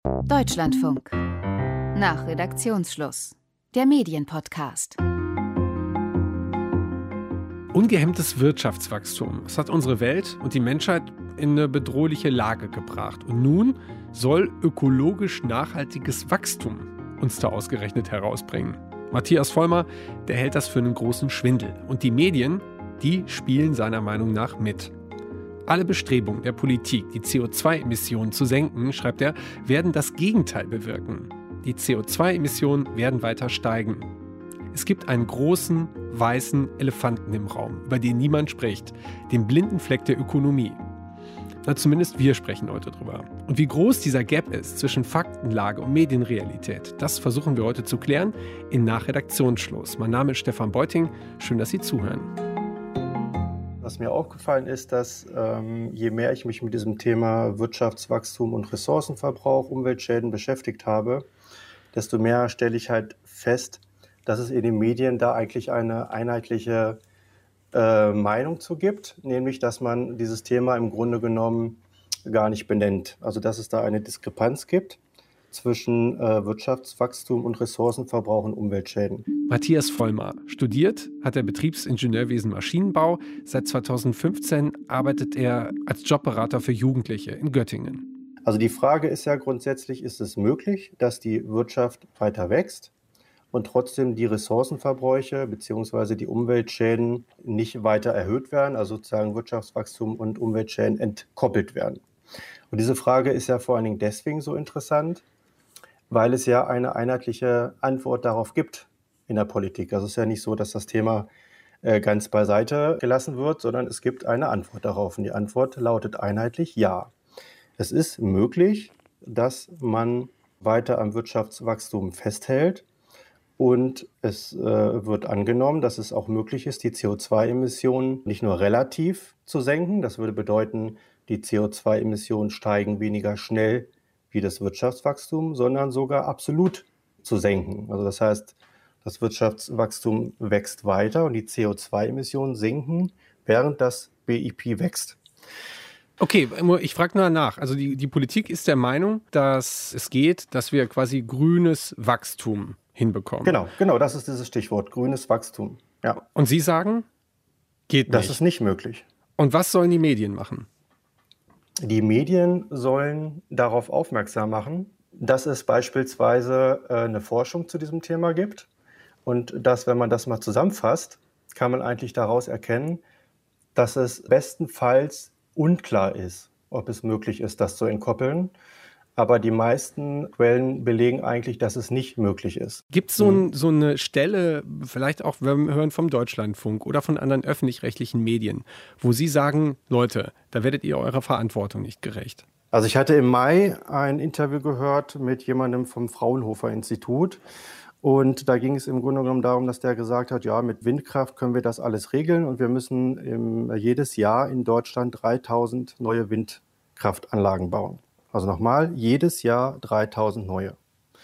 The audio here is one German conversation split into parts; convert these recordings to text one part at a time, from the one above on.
Deutschlandfunk. Nach Redaktionsschluss. Der Medienpodcast. Ungehemmtes Wirtschaftswachstum. Es hat unsere Welt und die Menschheit in eine bedrohliche Lage gebracht. Und nun soll ökologisch nachhaltiges Wachstum uns da ausgerechnet herausbringen. Matthias Vollmer, der hält das für einen großen Schwindel. Und die Medien, die spielen seiner Meinung nach mit. Alle Bestrebungen der Politik, die CO2-Emissionen zu senken, schreibt er, werden das Gegenteil bewirken. Die CO2-Emissionen werden weiter steigen. Es gibt einen großen, weißen Elefanten im Raum, über den niemand spricht, den blinden Fleck der Ökonomie. Na, zumindest wir sprechen heute drüber. Und wie groß dieser Gap ist zwischen Faktenlage und Medienrealität, das versuchen wir heute zu klären in Nachredaktionsschluss. Mein Name ist Stefan Beuting, schön, dass Sie zuhören. Was mir aufgefallen ist, dass je mehr ich mich mit diesem Thema Wirtschaftswachstum und Ressourcenverbrauch, Umweltschäden beschäftigt habe, desto mehr stelle ich halt fest, dass es in den Medien da eigentlich eine einheitliche Meinung zu gibt, nämlich dass man dieses Thema im Grunde genommen gar nicht benennt. Also dass es da eine Diskrepanz gibt zwischen Wirtschaftswachstum und Ressourcenverbrauch und Umweltschäden. Matthias Vollmer studiert, hat er Betriebsingenieurwesen Maschinenbau. Seit 2015 arbeitet er als Jobberater für Jugendliche in Göttingen. Also die Frage ist ja grundsätzlich, ist es möglich, dass die Wirtschaft weiter wächst und trotzdem die Ressourcenverbräuche bzw. die Umweltschäden nicht weiter erhöht werden, also sozusagen Wirtschaftswachstum und Umweltschäden entkoppelt werden. Und diese Frage ist ja vor allen Dingen deswegen so interessant, weil es ja eine einheitliche Antwort darauf gibt in der Politik. Also es ist ja nicht so, dass das Thema ganz beiseite gelassen wird, sondern es gibt eine Antwort darauf. Und die Antwort lautet einheitlich ja. Es ist möglich, dass man weiter am Wirtschaftswachstum festhält. Und es wird angenommen, dass es auch möglich ist, die CO2-Emissionen nicht nur relativ zu senken. Das würde bedeuten, die CO2-Emissionen steigen weniger schnell wie das Wirtschaftswachstum, sondern sogar absolut zu senken. Also das heißt, das Wirtschaftswachstum wächst weiter und die CO2-Emissionen sinken, während das BIP wächst. Okay, ich frage nur nach. Also die Politik ist der Meinung, dass es geht, dass wir quasi grünes Wachstum hinbekommen. Genau, das ist dieses Stichwort, grünes Wachstum. Ja. Und Sie sagen, geht nicht. Das ist nicht möglich. Und was sollen die Medien machen? Die Medien sollen darauf aufmerksam machen, dass es beispielsweise eine Forschung zu diesem Thema gibt und dass, wenn man das mal zusammenfasst, kann man eigentlich daraus erkennen, dass es bestenfalls unklar ist, ob es möglich ist, das zu entkoppeln. Aber die meisten Quellen belegen eigentlich, dass es nicht möglich ist. Gibt es so eine Stelle, vielleicht auch, wenn wir hören vom Deutschlandfunk oder von anderen öffentlich-rechtlichen Medien, wo Sie sagen, Leute, da werdet ihr eurer Verantwortung nicht gerecht? Also ich hatte im Mai ein Interview gehört mit jemandem vom Fraunhofer-Institut. Und da ging es im Grunde genommen darum, dass der gesagt hat, ja, mit Windkraft können wir das alles regeln und wir müssen jedes Jahr in Deutschland 3000 neue Windkraftanlagen bauen. Also nochmal, jedes Jahr 3000 neue.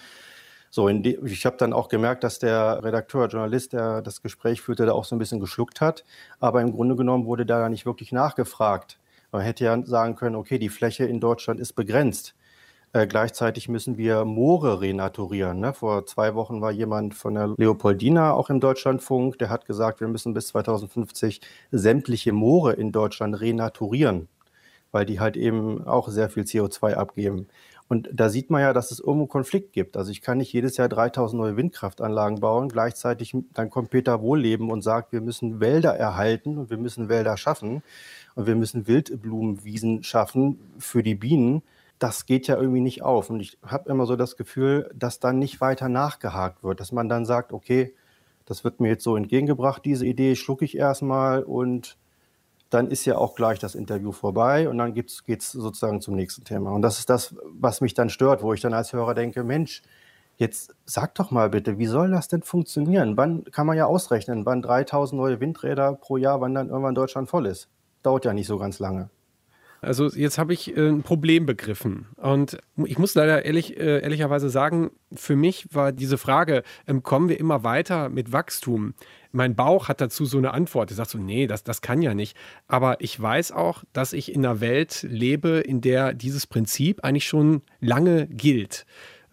So, ich habe dann auch gemerkt, dass der Redakteur, Journalist, der das Gespräch führte, da auch so ein bisschen geschluckt hat. Aber im Grunde genommen wurde da nicht wirklich nachgefragt. Man hätte ja sagen können, okay, die Fläche in Deutschland ist begrenzt. Gleichzeitig müssen wir Moore renaturieren. Ne? Vor 2 Wochen war jemand von der Leopoldina auch im Deutschlandfunk, der hat gesagt, wir müssen bis 2050 sämtliche Moore in Deutschland renaturieren, weil die halt eben auch sehr viel CO2 abgeben. Und da sieht man ja, dass es irgendwo einen Konflikt gibt. Also ich kann nicht jedes Jahr 3000 neue Windkraftanlagen bauen. Gleichzeitig dann kommt Peter Wohlleben und sagt, wir müssen Wälder erhalten und wir müssen Wälder schaffen und wir müssen Wildblumenwiesen schaffen für die Bienen. Das geht ja irgendwie nicht auf. Und ich habe immer so das Gefühl, dass dann nicht weiter nachgehakt wird. Dass man dann sagt, okay, das wird mir jetzt so entgegengebracht, diese Idee schlucke ich erstmal und dann ist ja auch gleich das Interview vorbei und dann geht's sozusagen zum nächsten Thema. Und das ist das, was mich dann stört, wo ich dann als Hörer denke, Mensch, jetzt sag doch mal bitte, wie soll das denn funktionieren? Wann kann man ja ausrechnen, wann 3000 neue Windräder pro Jahr, wann dann irgendwann Deutschland voll ist? Dauert ja nicht so ganz lange. Also jetzt habe ich ein Problem begriffen. Und ich muss leider ehrlicherweise sagen, für mich war diese Frage, kommen wir immer weiter mit Wachstum? Mein Bauch hat dazu so eine Antwort. Er sagt so, nee, das kann ja nicht. Aber ich weiß auch, dass ich in einer Welt lebe, in der dieses Prinzip eigentlich schon lange gilt.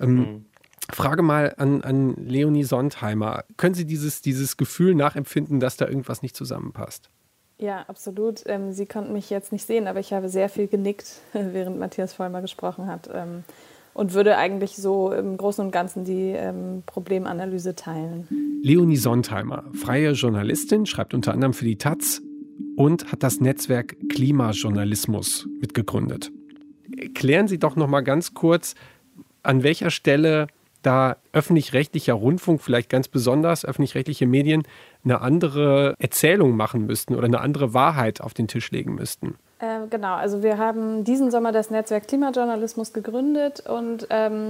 Frage mal an Leonie Sontheimer. Können Sie dieses Gefühl nachempfinden, dass da irgendwas nicht zusammenpasst? Ja, absolut. Sie konnten mich jetzt nicht sehen, aber ich habe sehr viel genickt, während Matthias Vollmer gesprochen hat. Und würde eigentlich so im Großen und Ganzen die Problemanalyse teilen. Leonie Sontheimer, freie Journalistin, schreibt unter anderem für die taz und hat das Netzwerk Klimajournalismus mitgegründet. Klären Sie doch noch mal ganz kurz, an welcher Stelle da öffentlich-rechtlicher Rundfunk, vielleicht ganz besonders öffentlich-rechtliche Medien, eine andere Erzählung machen müssten oder eine andere Wahrheit auf den Tisch legen müssten. Genau, also wir haben diesen Sommer das Netzwerk Klimajournalismus gegründet und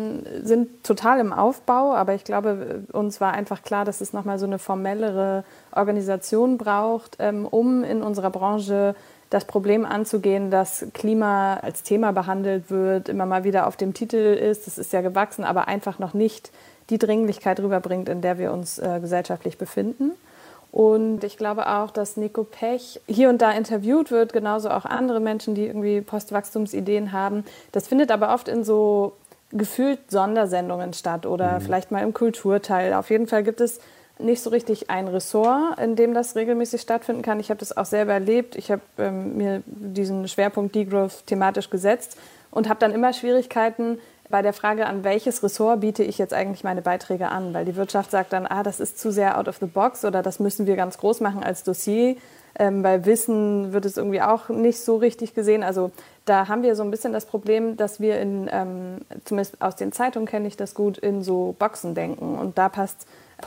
sind total im Aufbau, aber ich glaube, uns war einfach klar, dass es nochmal so eine formellere Organisation braucht, um in unserer Branche das Problem anzugehen, dass Klima als Thema behandelt wird, immer mal wieder auf dem Titel ist, es ist ja gewachsen, aber einfach noch nicht die Dringlichkeit rüberbringt, in der wir uns gesellschaftlich befinden. Und ich glaube auch, dass Nico Pech hier und da interviewt wird, genauso auch andere Menschen, die irgendwie Postwachstumsideen haben. Das findet aber oft in so gefühlt Sondersendungen statt oder vielleicht mal im Kulturteil. Auf jeden Fall gibt es nicht so richtig ein Ressort, in dem das regelmäßig stattfinden kann. Ich habe das auch selber erlebt. Ich habe mir diesen Schwerpunkt Degrowth thematisch gesetzt und habe dann immer Schwierigkeiten bei der Frage, an welches Ressort biete ich jetzt eigentlich meine Beiträge an. Weil die Wirtschaft sagt dann, das ist zu sehr out of the box oder das müssen wir ganz groß machen als Dossier. Bei Wissen wird es irgendwie auch nicht so richtig gesehen. Also da haben wir so ein bisschen das Problem, dass wir zumindest aus den Zeitungen kenne ich das gut, in so Boxen denken. Und da passt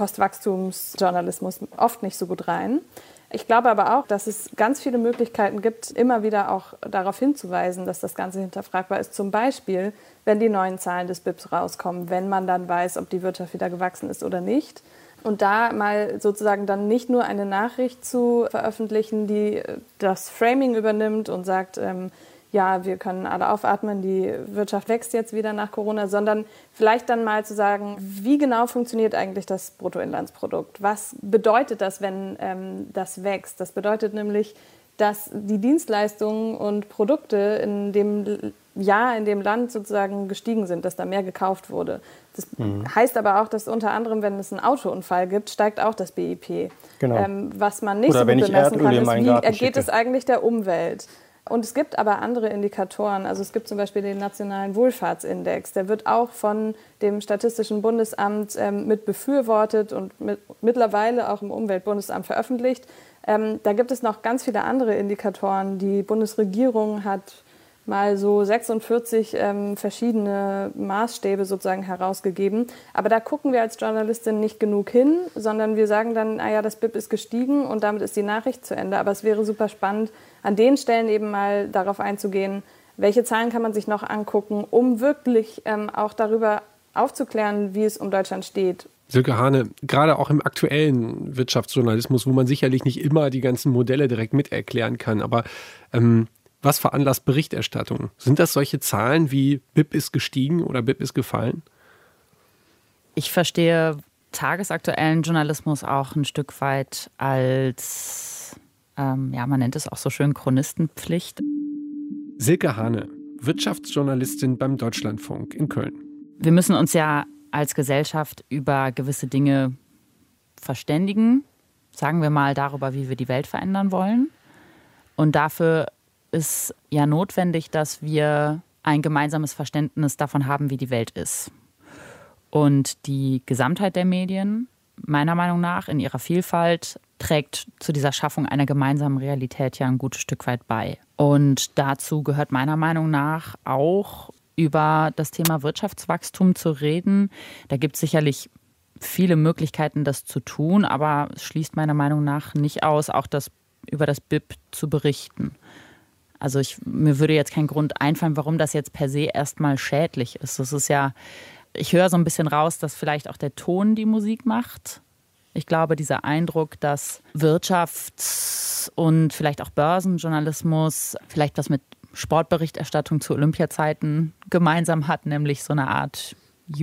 Postwachstumsjournalismus oft nicht so gut rein. Ich glaube aber auch, dass es ganz viele Möglichkeiten gibt, immer wieder auch darauf hinzuweisen, dass das Ganze hinterfragbar ist. Zum Beispiel, wenn die neuen Zahlen des BIPs rauskommen, wenn man dann weiß, ob die Wirtschaft wieder gewachsen ist oder nicht. Und da mal sozusagen dann nicht nur eine Nachricht zu veröffentlichen, die das Framing übernimmt und sagt, ja, wir können alle aufatmen, die Wirtschaft wächst jetzt wieder nach Corona, sondern vielleicht dann mal zu sagen, wie genau funktioniert eigentlich das Bruttoinlandsprodukt? Was bedeutet das, wenn das wächst? Das bedeutet nämlich, dass die Dienstleistungen und Produkte in dem Jahr, in dem Land sozusagen gestiegen sind, dass da mehr gekauft wurde. Das heißt aber auch, dass unter anderem, wenn es einen Autounfall gibt, steigt auch das BIP. Genau. Was man nicht so gut bemessen kann, ist, wie ergeht es eigentlich der Umwelt? Und es gibt aber andere Indikatoren. Also es gibt zum Beispiel den Nationalen Wohlfahrtsindex. Der wird auch von dem Statistischen Bundesamt mit befürwortet und mittlerweile auch im Umweltbundesamt veröffentlicht. Da gibt es noch ganz viele andere Indikatoren. Die Bundesregierung hat mal so 46 verschiedene Maßstäbe sozusagen herausgegeben. Aber da gucken wir als Journalistin nicht genug hin, sondern wir sagen dann, das BIP ist gestiegen und damit ist die Nachricht zu Ende. Aber es wäre super spannend, an den Stellen eben mal darauf einzugehen, welche Zahlen kann man sich noch angucken, um wirklich auch darüber aufzuklären, wie es um Deutschland steht. Silke Hane, gerade auch im aktuellen Wirtschaftsjournalismus, wo man sicherlich nicht immer die ganzen Modelle direkt miterklären kann, aber was veranlasst Berichterstattung? Sind das solche Zahlen wie BIP ist gestiegen oder BIP ist gefallen? Ich verstehe tagesaktuellen Journalismus auch ein Stück weit als, man nennt es auch so schön Chronistenpflicht. Silke Hane, Wirtschaftsjournalistin beim Deutschlandfunk in Köln. Wir müssen uns ja als Gesellschaft über gewisse Dinge verständigen, sagen wir mal darüber, wie wir die Welt verändern wollen. Und dafür ist ja notwendig, dass wir ein gemeinsames Verständnis davon haben, wie die Welt ist. Und die Gesamtheit der Medien, meiner Meinung nach, in ihrer Vielfalt, trägt zu dieser Schaffung einer gemeinsamen Realität ja ein gutes Stück weit bei. Und dazu gehört meiner Meinung nach auch, über das Thema Wirtschaftswachstum zu reden. Da gibt es sicherlich viele Möglichkeiten, das zu tun, aber es schließt meiner Meinung nach nicht aus, auch über das BIP zu berichten. Also mir würde jetzt kein Grund einfallen, warum das jetzt per se erstmal schädlich ist. Das ist ja, ich höre so ein bisschen raus, dass vielleicht auch der Ton die Musik macht. Ich glaube, dieser Eindruck, dass Wirtschafts- und vielleicht auch Börsenjournalismus vielleicht was mit Sportberichterstattung zu Olympiazeiten gemeinsam hat, nämlich so eine Art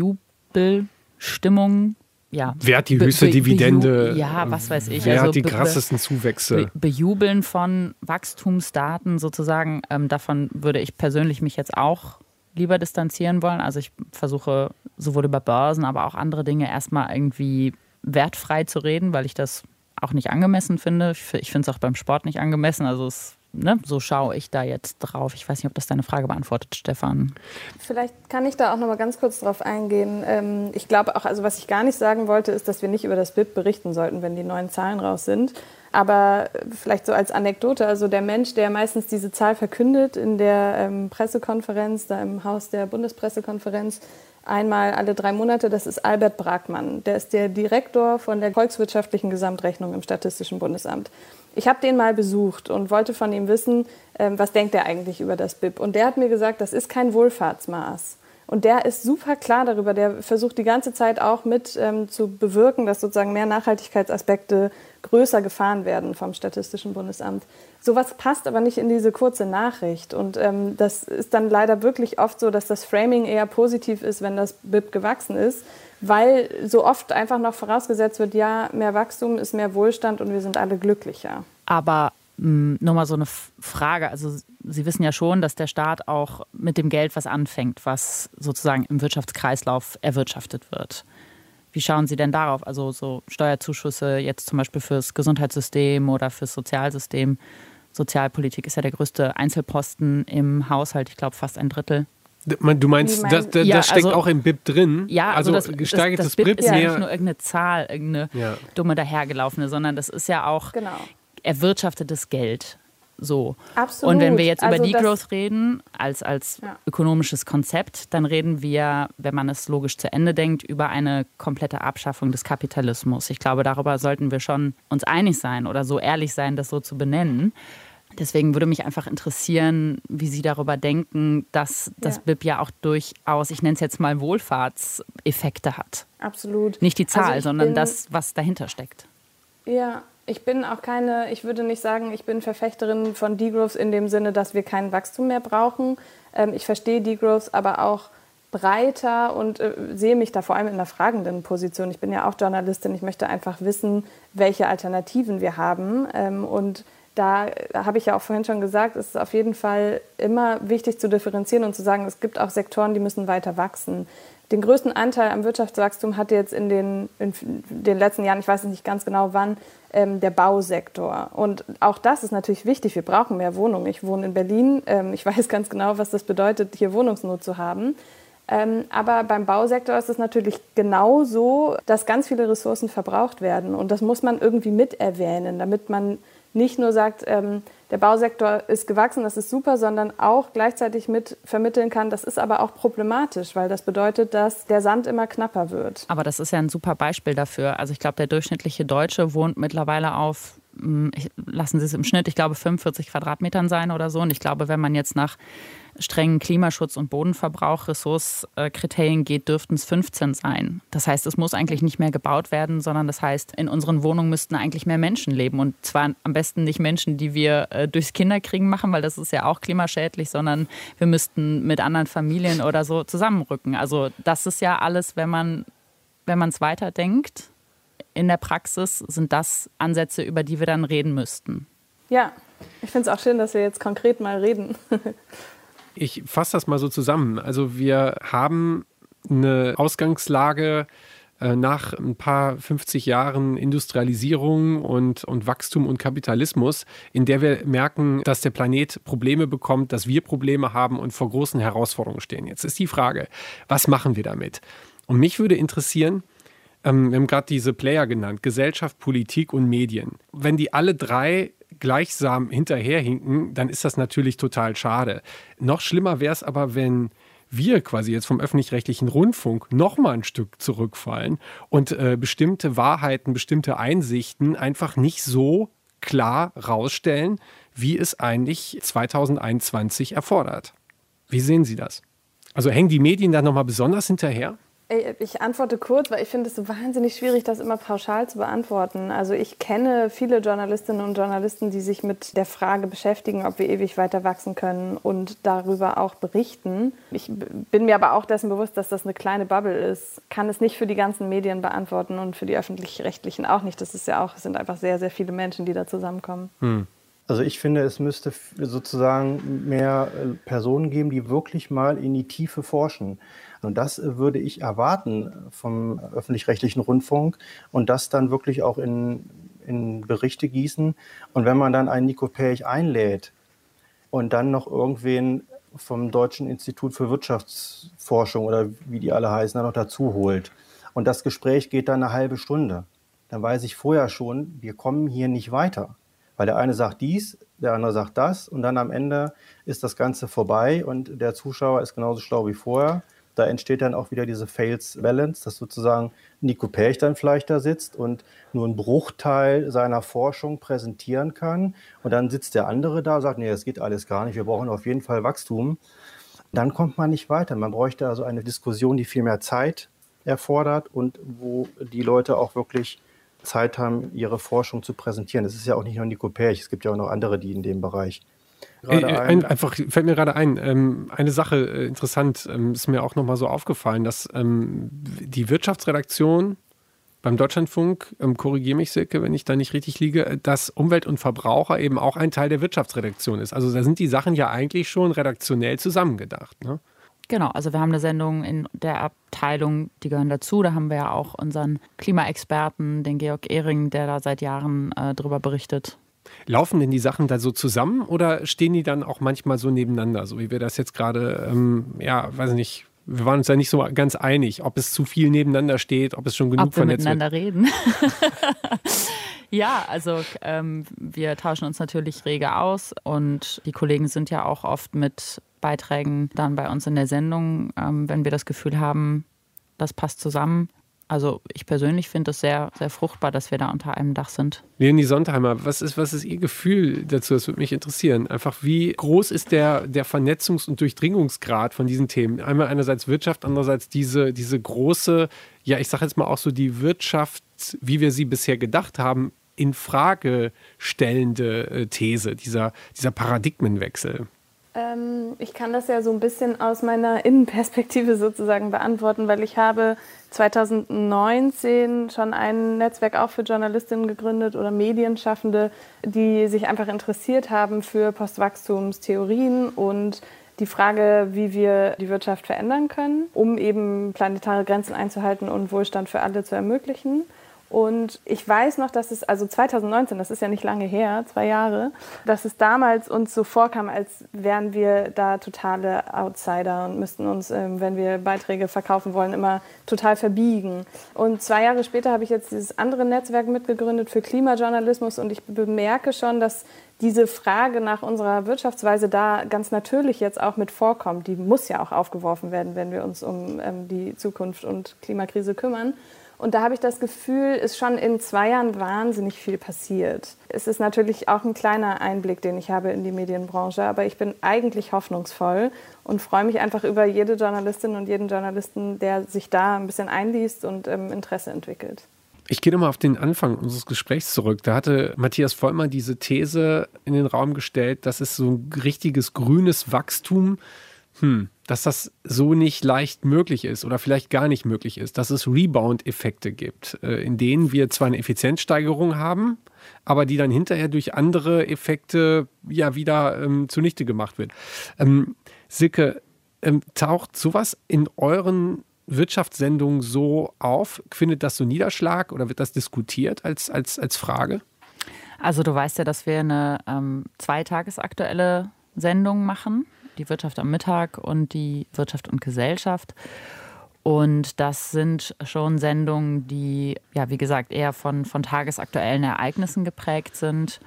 Jubelstimmung. Ja, wer hat die höchste Dividende? Ja, was weiß ich. Wer hat die krassesten Zuwächse? Bejubeln von Wachstumsdaten sozusagen, davon würde ich persönlich mich jetzt auch lieber distanzieren wollen. Also ich versuche sowohl über Börsen, aber auch andere Dinge erstmal irgendwie wertfrei zu reden, weil ich das auch nicht angemessen finde. Ich finde es auch beim Sport nicht angemessen. Also so schaue ich da jetzt drauf. Ich weiß nicht, ob das deine Frage beantwortet, Stefan. Vielleicht kann ich da auch noch mal ganz kurz drauf eingehen. Ich glaube auch, also was ich gar nicht sagen wollte, ist, dass wir nicht über das BIP berichten sollten, wenn die neuen Zahlen raus sind. Aber vielleicht so als Anekdote, also der Mensch, der meistens diese Zahl verkündet in der Pressekonferenz, da im Haus der Bundespressekonferenz, einmal alle 3 Monate, das ist Albert Bragmann. Der ist der Direktor von der volkswirtschaftlichen Gesamtrechnung im Statistischen Bundesamt. Ich habe den mal besucht und wollte von ihm wissen, was denkt er eigentlich über das BIP. Und der hat mir gesagt, das ist kein Wohlfahrtsmaß. Und der ist super klar darüber, der versucht die ganze Zeit auch mit zu bewirken, dass sozusagen mehr Nachhaltigkeitsaspekte größer gefahren werden vom Statistischen Bundesamt. Sowas passt aber nicht in diese kurze Nachricht. Und das ist dann leider wirklich oft so, dass das Framing eher positiv ist, wenn das BIP gewachsen ist, weil so oft einfach noch vorausgesetzt wird, ja, mehr Wachstum ist mehr Wohlstand und wir sind alle glücklicher. Aber nur mal so eine Frage. Also Sie wissen ja schon, dass der Staat auch mit dem Geld was anfängt, was sozusagen im Wirtschaftskreislauf erwirtschaftet wird. Wie schauen Sie denn darauf? Also so Steuerzuschüsse jetzt zum Beispiel fürs Gesundheitssystem oder fürs Sozialsystem. Sozialpolitik ist ja der größte Einzelposten im Haushalt, ich glaube fast 1/3. Du meinst, das steckt auch im BIP drin? Ja, also das BIP ist ja nicht nur irgendeine Zahl, irgendeine dumme dahergelaufene, sondern das ist ja auch erwirtschaftetes Geld. So. Absolut. Und wenn wir jetzt über Degrowth reden, als ökonomisches Konzept, dann reden wir, wenn man es logisch zu Ende denkt, über eine komplette Abschaffung des Kapitalismus. Ich glaube, darüber sollten wir schon uns einig sein oder so ehrlich sein, das so zu benennen. Deswegen würde mich einfach interessieren, wie Sie darüber denken, dass das BIP ja auch durchaus, ich nenne es jetzt mal Wohlfahrtseffekte hat. Absolut. Nicht die Zahl, sondern das, was dahinter steckt. Ja, ich bin auch ich würde nicht sagen, ich bin Verfechterin von Degrowth in dem Sinne, dass wir kein Wachstum mehr brauchen. Ich verstehe Degrowth aber auch breiter und sehe mich da vor allem in einer fragenden Position. Ich bin ja auch Journalistin, ich möchte einfach wissen, welche Alternativen wir haben. Und da habe ich ja auch vorhin schon gesagt, es ist auf jeden Fall immer wichtig zu differenzieren und zu sagen, es gibt auch Sektoren, die müssen weiter wachsen. Den größten Anteil am Wirtschaftswachstum hat jetzt in den letzten Jahren, ich weiß nicht ganz genau wann, der Bausektor. Und auch das ist natürlich wichtig. Wir brauchen mehr Wohnungen. Ich wohne in Berlin. Ich weiß ganz genau, was das bedeutet, hier Wohnungsnot zu haben. Aber beim Bausektor ist es natürlich genau so, dass ganz viele Ressourcen verbraucht werden. Und das muss man irgendwie mit erwähnen, damit man nicht nur sagt, der Bausektor ist gewachsen, das ist super, sondern auch gleichzeitig mit vermitteln kann, das ist aber auch problematisch, weil das bedeutet, dass der Sand immer knapper wird. Aber das ist ja ein super Beispiel dafür. Also ich glaube, der durchschnittliche Deutsche wohnt mittlerweile auf, lassen Sie es im Schnitt, ich glaube 45 Quadratmetern sein oder so. Und ich glaube, wenn man jetzt nach strengen Klimaschutz- und Bodenverbrauch, Ressourcenkriterien geht, dürften es 15 sein. Das heißt, es muss eigentlich nicht mehr gebaut werden, sondern das heißt, in unseren Wohnungen müssten eigentlich mehr Menschen leben. Und zwar am besten nicht Menschen, die wir durchs Kinderkriegen machen, weil das ist ja auch klimaschädlich, sondern wir müssten mit anderen Familien oder so zusammenrücken. Also das ist ja alles, wenn man es weiterdenkt, in der Praxis sind das Ansätze, über die wir dann reden müssten. Ja, ich finde es auch schön, dass wir jetzt konkret mal reden. Ich fasse das mal so zusammen. Also wir haben eine Ausgangslage nach ein paar 50 Jahren Industrialisierung und Wachstum und Kapitalismus, in der wir merken, dass der Planet Probleme bekommt, dass wir Probleme haben und vor großen Herausforderungen stehen. Jetzt ist die Frage, was machen wir damit? Und mich würde interessieren, wir haben gerade diese Player genannt, Gesellschaft, Politik und Medien. Wenn die alle drei gleichsam hinterherhinken, dann ist das natürlich total schade. Noch schlimmer wäre es aber, wenn wir quasi jetzt vom öffentlich-rechtlichen Rundfunk noch mal ein Stück zurückfallen und bestimmte Wahrheiten, bestimmte Einsichten einfach nicht so klar rausstellen, wie es eigentlich 2021 erfordert. Wie sehen Sie das? Also hängen die Medien da noch mal besonders hinterher? Ich antworte kurz, weil ich finde es so wahnsinnig schwierig, das immer pauschal zu beantworten. Also ich kenne viele Journalistinnen und Journalisten, die sich mit der Frage beschäftigen, ob wir ewig weiter wachsen können und darüber auch berichten. Ich bin mir aber auch dessen bewusst, dass das eine kleine Bubble ist. Kann es nicht für die ganzen Medien beantworten und für die Öffentlich-Rechtlichen auch nicht. Das ist ja auch, es sind einfach sehr, sehr viele Menschen, die da zusammenkommen. Also ich finde, es müsste sozusagen mehr Personen geben, die wirklich mal in die Tiefe forschen. Und das würde ich erwarten vom öffentlich-rechtlichen Rundfunk und das dann wirklich auch in Berichte gießen. Und wenn man dann einen Nico Perch einlädt und dann noch irgendwen vom Deutschen Institut für Wirtschaftsforschung oder wie die alle heißen, dann noch dazu holt und das Gespräch geht dann eine halbe Stunde, dann weiß ich vorher schon, wir kommen hier nicht weiter. Weil der eine sagt dies, der andere sagt das und dann am Ende ist das Ganze vorbei und der Zuschauer ist genauso schlau wie vorher. Da entsteht dann auch wieder diese Fails Balance, dass sozusagen Nico Perch dann vielleicht da sitzt und nur einen Bruchteil seiner Forschung präsentieren kann. Und dann sitzt der andere da und sagt, nee, das geht alles gar nicht, wir brauchen auf jeden Fall Wachstum. Dann kommt man nicht weiter. Man bräuchte also eine Diskussion, die viel mehr Zeit erfordert und wo die Leute auch wirklich Zeit haben, ihre Forschung zu präsentieren. Das ist ja auch nicht nur Nico Perch, es gibt ja auch noch andere, die in dem Bereich Einfach fällt mir gerade ein, eine Sache interessant, ist mir auch nochmal so aufgefallen, dass die Wirtschaftsredaktion beim Deutschlandfunk, korrigiere mich Silke, wenn ich da nicht richtig liege, dass Umwelt und Verbraucher eben auch ein Teil der Wirtschaftsredaktion ist. Also da sind die Sachen ja eigentlich schon redaktionell zusammengedacht, ne? Genau, also wir haben eine Sendung in der Abteilung, die gehören dazu. Da haben wir ja auch unseren Klimaexperten, den Georg Ehring, der da seit Jahren drüber berichtet. Laufen denn die Sachen da so zusammen oder stehen die dann auch manchmal so nebeneinander, so wie wir das jetzt gerade, weiß nicht, wir waren uns ja nicht so ganz einig, ob es zu viel nebeneinander steht, ob es schon genug vernetzt wird. Ob wir miteinander reden. Ja, also wir tauschen uns natürlich rege aus und die Kollegen sind ja auch oft mit Beiträgen dann bei uns in der Sendung, wenn wir das Gefühl haben, das passt zusammen. Also ich persönlich finde es sehr, sehr fruchtbar, dass wir da unter einem Dach sind. Leonie Sontheimer, was ist Ihr Gefühl dazu? Das würde mich interessieren. Einfach, wie groß ist der Vernetzungs- und Durchdringungsgrad von diesen Themen? Einmal einerseits Wirtschaft, andererseits diese große, ja, ich sage jetzt mal auch so die Wirtschaft, wie wir sie bisher gedacht haben, in Frage stellende These, dieser Paradigmenwechsel. Ich kann das ja so ein bisschen aus meiner Innenperspektive sozusagen beantworten, weil ich habe 2019 schon ein Netzwerk auch für Journalistinnen gegründet oder Medienschaffende, die sich einfach interessiert haben für Postwachstumstheorien und die Frage, wie wir die Wirtschaft verändern können, um eben planetare Grenzen einzuhalten und Wohlstand für alle zu ermöglichen. Und ich weiß noch, dass es, also 2019, das ist ja nicht lange her, 2 Jahre, dass es damals uns so vorkam, als wären wir da totale Outsider und müssten uns, wenn wir Beiträge verkaufen wollen, immer total verbiegen. Und 2 Jahre später habe ich jetzt dieses andere Netzwerk mitgegründet für Klimajournalismus und ich bemerke schon, dass diese Frage nach unserer Wirtschaftsweise da ganz natürlich jetzt auch mit vorkommt. Die muss ja auch aufgeworfen werden, wenn wir uns um die Zukunft und Klimakrise kümmern. Und da habe ich das Gefühl, ist schon in 2 Jahren wahnsinnig viel passiert. Es ist natürlich auch ein kleiner Einblick, den ich habe in die Medienbranche, aber ich bin eigentlich hoffnungsvoll und freue mich einfach über jede Journalistin und jeden Journalisten, der sich da ein bisschen einliest und Interesse entwickelt. Ich gehe nochmal auf den Anfang unseres Gesprächs zurück. Da hatte Matthias Vollmer diese These in den Raum gestellt, dass es so ein richtiges grünes Wachstum, dass das so nicht leicht möglich ist oder vielleicht gar nicht möglich ist, dass es Rebound-Effekte gibt, in denen wir zwar eine Effizienzsteigerung haben, aber die dann hinterher durch andere Effekte ja wieder zunichte gemacht wird. Silke, taucht sowas in euren Wirtschaftssendungen so auf? Findet das so Niederschlag oder wird das diskutiert als Frage? Also du weißt ja, dass wir eine 2-tagesaktuelle Sendung machen. Die Wirtschaft am Mittag und die Wirtschaft und Gesellschaft. Und das sind schon Sendungen, die, ja, wie gesagt, eher von tagesaktuellen Ereignissen geprägt sind.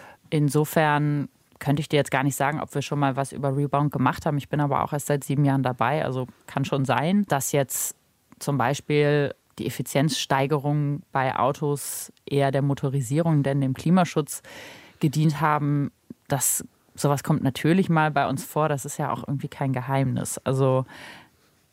Insofern könnte ich dir jetzt gar nicht sagen, ob wir schon mal was über Rebound gemacht haben. Ich bin aber auch erst seit 7 Jahren dabei. Also kann schon sein, dass jetzt zum Beispiel die Effizienzsteigerung bei Autos eher der Motorisierung, denn dem Klimaschutz gedient haben. Sowas kommt natürlich mal bei uns vor, das ist ja auch irgendwie kein Geheimnis. Also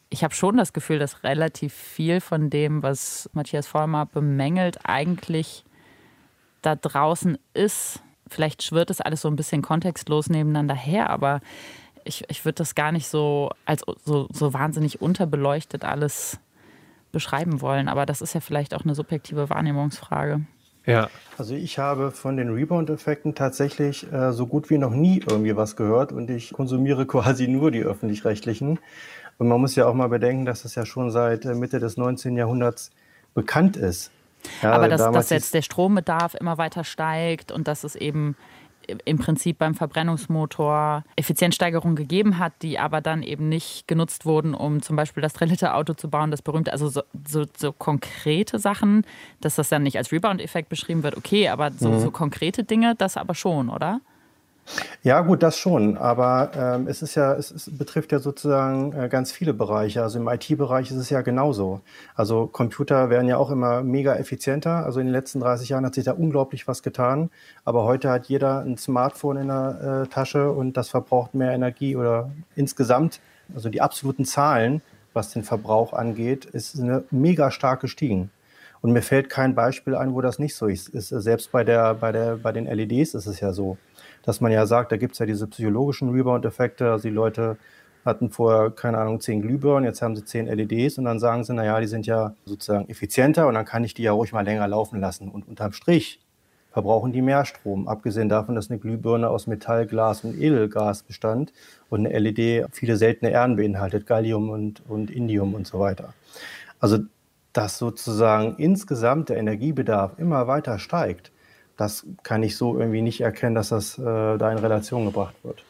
ich habe schon das Gefühl, dass relativ viel von dem, was Matthias Vollmer bemängelt, eigentlich da draußen ist. Vielleicht schwirrt es alles so ein bisschen kontextlos nebeneinander her, aber ich würde das gar nicht so als so wahnsinnig unterbeleuchtet alles beschreiben wollen. Aber das ist ja vielleicht auch eine subjektive Wahrnehmungsfrage. Ja. Also ich habe von den Rebound-Effekten tatsächlich so gut wie noch nie irgendwie was gehört und ich konsumiere quasi nur die öffentlich-rechtlichen. Und man muss ja auch mal bedenken, dass das ja schon seit Mitte des 19. Jahrhunderts bekannt ist. Ja, aber dass jetzt der Strombedarf immer weiter steigt und dass es eben im Prinzip beim Verbrennungsmotor Effizienzsteigerungen gegeben hat, die aber dann eben nicht genutzt wurden, um zum Beispiel das 3-Liter-Auto zu bauen, das berühmte, also so konkrete Sachen, dass das dann nicht als Rebound-Effekt beschrieben wird, okay, aber so konkrete Dinge, das aber schon, oder? Ja, gut, das schon. Aber es betrifft ja sozusagen ganz viele Bereiche. Also im IT-Bereich ist es ja genauso. Also Computer werden ja auch immer mega effizienter. Also in den letzten 30 Jahren hat sich da unglaublich was getan. Aber heute hat jeder ein Smartphone in der Tasche und das verbraucht mehr Energie oder insgesamt, also die absoluten Zahlen, was den Verbrauch angeht, ist eine mega stark gestiegen. Und mir fällt kein Beispiel ein, wo das nicht so ist. Selbst bei den LEDs ist es ja so, dass man ja sagt, da gibt es ja diese psychologischen Rebound-Effekte. Also die Leute hatten vorher, keine Ahnung, 10 Glühbirnen, jetzt haben sie 10 LEDs und dann sagen sie, naja, die sind ja sozusagen effizienter und dann kann ich die ja ruhig mal länger laufen lassen. Und unterm Strich verbrauchen die mehr Strom, abgesehen davon, dass eine Glühbirne aus Metall, Glas und Edelgas bestand und eine LED viele seltene Erden beinhaltet, Gallium und Indium und so weiter. Also dass sozusagen insgesamt der Energiebedarf immer weiter steigt, das kann ich so irgendwie nicht erkennen, dass das da in Relation gebracht wird.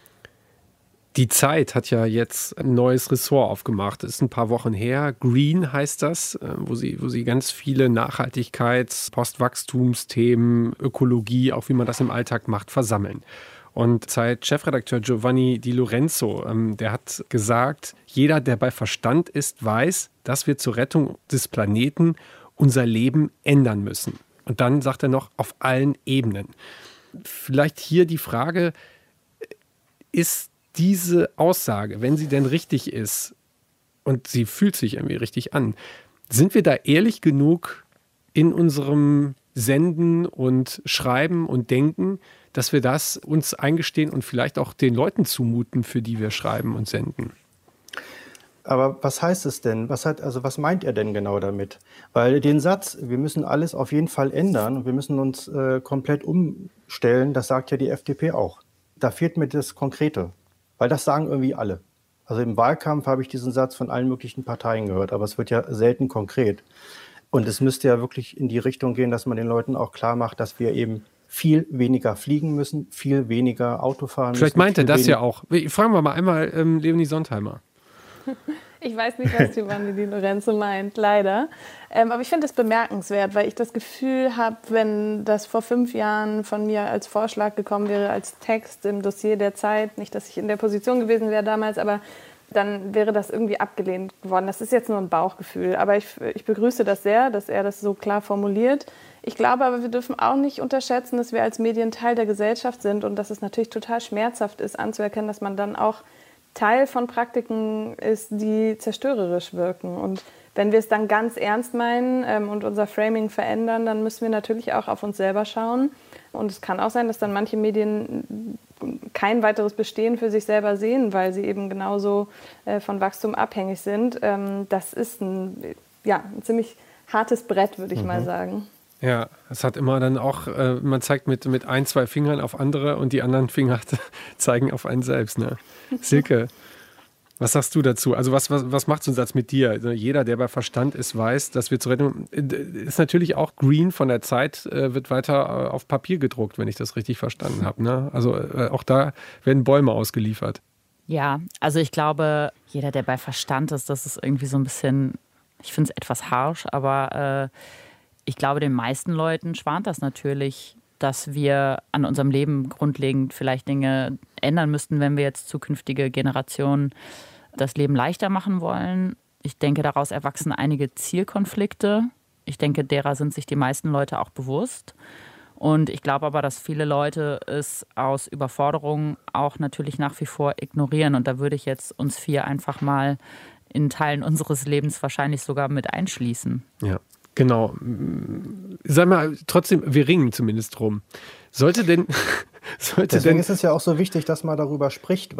Die Zeit hat ja jetzt ein neues Ressort aufgemacht. Das ist ein paar Wochen her. Green heißt das, wo sie ganz viele Nachhaltigkeits-, Postwachstumsthemen, Ökologie, auch wie man das im Alltag macht, versammeln. Und Zeit-Chefredakteur Giovanni Di Lorenzo, der hat gesagt, jeder, der bei Verstand ist, weiß, dass wir zur Rettung des Planeten unser Leben ändern müssen. Und dann sagt er noch, auf allen Ebenen. Vielleicht hier die Frage, ist diese Aussage, wenn sie denn richtig ist und sie fühlt sich irgendwie richtig an, sind wir da ehrlich genug in unserem Senden und Schreiben und Denken, dass wir das uns eingestehen und vielleicht auch den Leuten zumuten, für die wir schreiben und senden? Aber was heißt es denn? Was meint er denn genau damit? Weil den Satz, wir müssen alles auf jeden Fall ändern und wir müssen uns komplett umstellen, das sagt ja die FDP auch. Da fehlt mir das Konkrete, weil das sagen irgendwie alle. Also im Wahlkampf habe ich diesen Satz von allen möglichen Parteien gehört, aber es wird ja selten konkret. Und es müsste ja wirklich in die Richtung gehen, dass man den Leuten auch klar macht, dass wir eben viel weniger fliegen müssen, viel weniger Auto fahren müssen. Vielleicht meint er das ja auch. Fragen wir mal einmal Leonie Sontheimer. Ich weiß nicht, was Giovanni Di Lorenzo meint, leider. Aber ich finde es bemerkenswert, weil ich das Gefühl habe, wenn das vor 5 Jahren von mir als Vorschlag gekommen wäre, als Text im Dossier der Zeit, nicht, dass ich in der Position gewesen wäre damals, aber dann wäre das irgendwie abgelehnt worden. Das ist jetzt nur ein Bauchgefühl, aber ich begrüße das sehr, dass er das so klar formuliert. Ich glaube aber, wir dürfen auch nicht unterschätzen, dass wir als Medien Teil der Gesellschaft sind und dass es natürlich total schmerzhaft ist, anzuerkennen, dass man dann auch Teil von Praktiken ist, die zerstörerisch wirken. Und wenn wir es dann ganz ernst meinen und unser Framing verändern, dann müssen wir natürlich auch auf uns selber schauen. Und es kann auch sein, dass dann manche Medien kein weiteres Bestehen für sich selber sehen, weil sie eben genauso von Wachstum abhängig sind. Das ist ein ziemlich hartes Brett, würde ich mal sagen. Ja, es hat immer dann auch, man zeigt mit 1, 2 Fingern auf andere und die anderen Finger zeigen auf einen selbst. Ne? Silke, was sagst du dazu? Also was macht so ein Satz mit dir? Also jeder, der bei Verstand ist, weiß, dass wir zur Rettung, ist natürlich auch Green von der Zeit, wird weiter auf Papier gedruckt, wenn ich das richtig verstanden habe. Ne? Also auch da werden Bäume ausgeliefert. Ja, also ich glaube, jeder, der bei Verstand ist, das ist irgendwie so ein bisschen, ich finde es etwas harsch, aber ich glaube, den meisten Leuten schwant das natürlich, dass wir an unserem Leben grundlegend vielleicht Dinge ändern müssten, wenn wir jetzt zukünftige Generationen das Leben leichter machen wollen. Ich denke, daraus erwachsen einige Zielkonflikte. Ich denke, derer sind sich die meisten Leute auch bewusst. Und ich glaube aber, dass viele Leute es aus Überforderung auch natürlich nach wie vor ignorieren. Und da würde ich jetzt uns 4 einfach mal in Teilen unseres Lebens wahrscheinlich sogar mit einschließen. Ja, genau. Sag mal, trotzdem, wir ringen zumindest drum. Deswegen ist es ja auch so wichtig, dass man darüber spricht,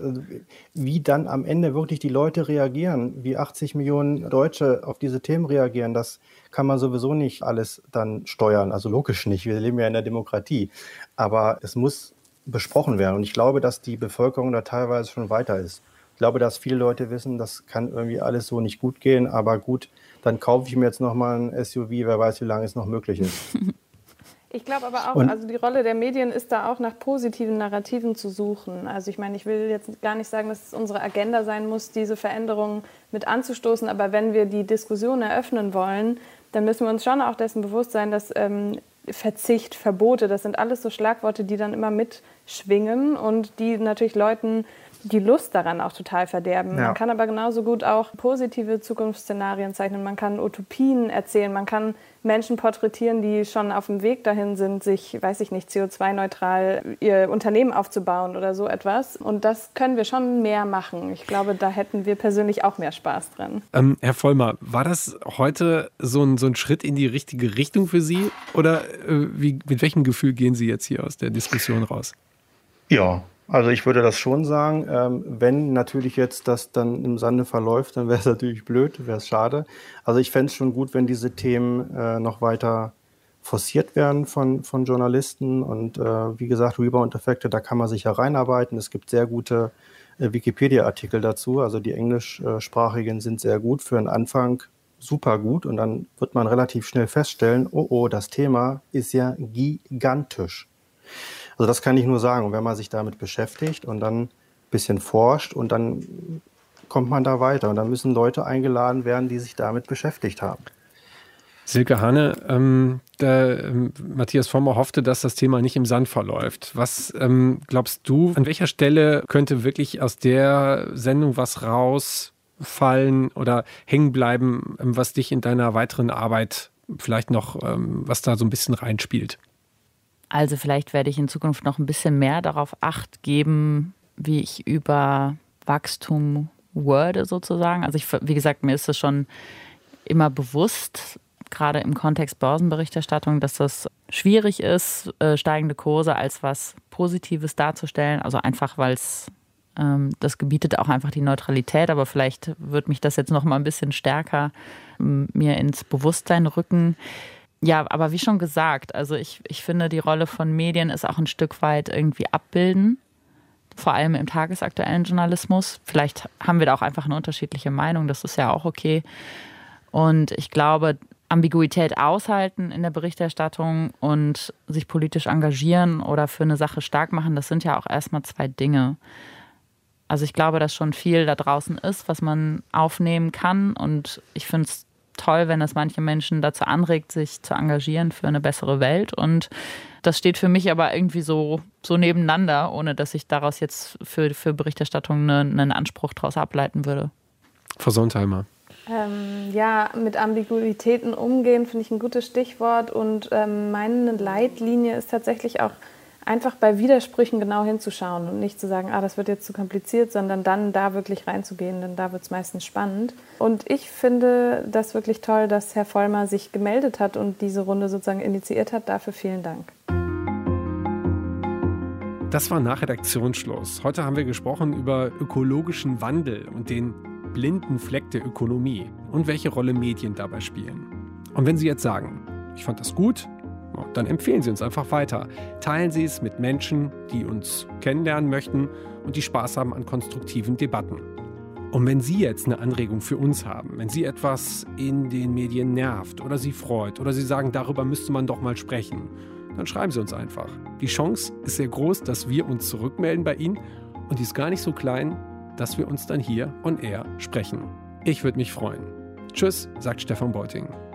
wie dann am Ende wirklich die Leute reagieren, wie 80 Millionen Deutsche auf diese Themen reagieren. Das kann man sowieso nicht alles dann steuern, also logisch nicht. Wir leben ja in der Demokratie. Aber es muss besprochen werden. Und ich glaube, dass die Bevölkerung da teilweise schon weiter ist. Ich glaube, dass viele Leute wissen, das kann irgendwie alles so nicht gut gehen. Aber gut, dann kaufe ich mir jetzt nochmal ein SUV, wer weiß, wie lange es noch möglich ist. Ich glaube aber auch, also die Rolle der Medien ist da auch nach positiven Narrativen zu suchen. Also ich meine, ich will jetzt gar nicht sagen, dass es unsere Agenda sein muss, diese Veränderungen mit anzustoßen. Aber wenn wir die Diskussion eröffnen wollen, dann müssen wir uns schon auch dessen bewusst sein, dass Verzicht, Verbote, das sind alles so Schlagworte, die dann immer mitschwingen und die natürlich Leuten die Lust daran auch total verderben. Ja. Man kann aber genauso gut auch positive Zukunftsszenarien zeichnen, man kann Utopien erzählen, man kann Menschen porträtieren, die schon auf dem Weg dahin sind, sich, weiß ich nicht, CO2-neutral ihr Unternehmen aufzubauen oder so etwas. Und das können wir schon mehr machen. Ich glaube, da hätten wir persönlich auch mehr Spaß dran. Herr Vollmer, war das heute so ein Schritt in die richtige Richtung für Sie? Oder mit welchem Gefühl gehen Sie jetzt hier aus der Diskussion raus? Ja, also ich würde das schon sagen, wenn natürlich jetzt das dann im Sande verläuft, dann wäre es natürlich blöd, wäre es schade. Also ich fände es schon gut, wenn diese Themen noch weiter forciert werden von Journalisten und wie gesagt, Rebound-Effekte, da kann man sich ja reinarbeiten. Es gibt sehr gute Wikipedia-Artikel dazu, also die englischsprachigen sind sehr gut, für den Anfang super gut und dann wird man relativ schnell feststellen, oh, das Thema ist ja gigantisch. Also das kann ich nur sagen. Und wenn man sich damit beschäftigt und dann ein bisschen forscht und dann kommt man da weiter. Und dann müssen Leute eingeladen werden, die sich damit beschäftigt haben. Silke Hane, Matthias Vollmer hoffte, dass das Thema nicht im Sand verläuft. Was glaubst du, an welcher Stelle könnte wirklich aus der Sendung was rausfallen oder hängen bleiben, was dich in deiner weiteren Arbeit vielleicht noch, was da so ein bisschen reinspielt? Also vielleicht werde ich in Zukunft noch ein bisschen mehr darauf Acht geben, wie ich über Wachstum worde sozusagen. Also wie gesagt, mir ist es schon immer bewusst, gerade im Kontext Börsenberichterstattung, dass das schwierig ist, steigende Kurse als was Positives darzustellen. Also einfach, weil das gebietet auch einfach die Neutralität. Aber vielleicht wird mich das jetzt noch mal ein bisschen stärker mir ins Bewusstsein rücken. Ja, aber wie schon gesagt, also ich finde, die Rolle von Medien ist auch ein Stück weit irgendwie abbilden, vor allem im tagesaktuellen Journalismus. Vielleicht haben wir da auch einfach eine unterschiedliche Meinung, das ist ja auch okay. Und ich glaube, Ambiguität aushalten in der Berichterstattung und sich politisch engagieren oder für eine Sache stark machen, das sind ja auch erstmal zwei Dinge. Also ich glaube, dass schon viel da draußen ist, was man aufnehmen kann und ich finde es toll, wenn das manche Menschen dazu anregt, sich zu engagieren für eine bessere Welt. Und das steht für mich aber irgendwie so nebeneinander, ohne dass ich daraus jetzt für Berichterstattung einen Anspruch daraus ableiten würde. Frau Sontheimer. Ja, mit Ambiguitäten umgehen, finde ich ein gutes Stichwort. Und meine Leitlinie ist tatsächlich auch, einfach bei Widersprüchen genau hinzuschauen und nicht zu sagen, das wird jetzt zu kompliziert, sondern dann da wirklich reinzugehen, denn da wird es meistens spannend. Und ich finde das wirklich toll, dass Herr Vollmer sich gemeldet hat und diese Runde sozusagen initiiert hat. Dafür vielen Dank. Das war nach Redaktionsschluss. Heute haben wir gesprochen über ökologischen Wandel und den blinden Fleck der Ökonomie und welche Rolle Medien dabei spielen. Und wenn Sie jetzt sagen, ich fand das gut, dann empfehlen Sie uns einfach weiter. Teilen Sie es mit Menschen, die uns kennenlernen möchten und die Spaß haben an konstruktiven Debatten. Und wenn Sie jetzt eine Anregung für uns haben, wenn Sie etwas in den Medien nervt oder Sie freut oder Sie sagen, darüber müsste man doch mal sprechen, dann schreiben Sie uns einfach. Die Chance ist sehr groß, dass wir uns zurückmelden bei Ihnen und die ist gar nicht so klein, dass wir uns dann hier on air sprechen. Ich würde mich freuen. Tschüss, sagt Stefan Beuting.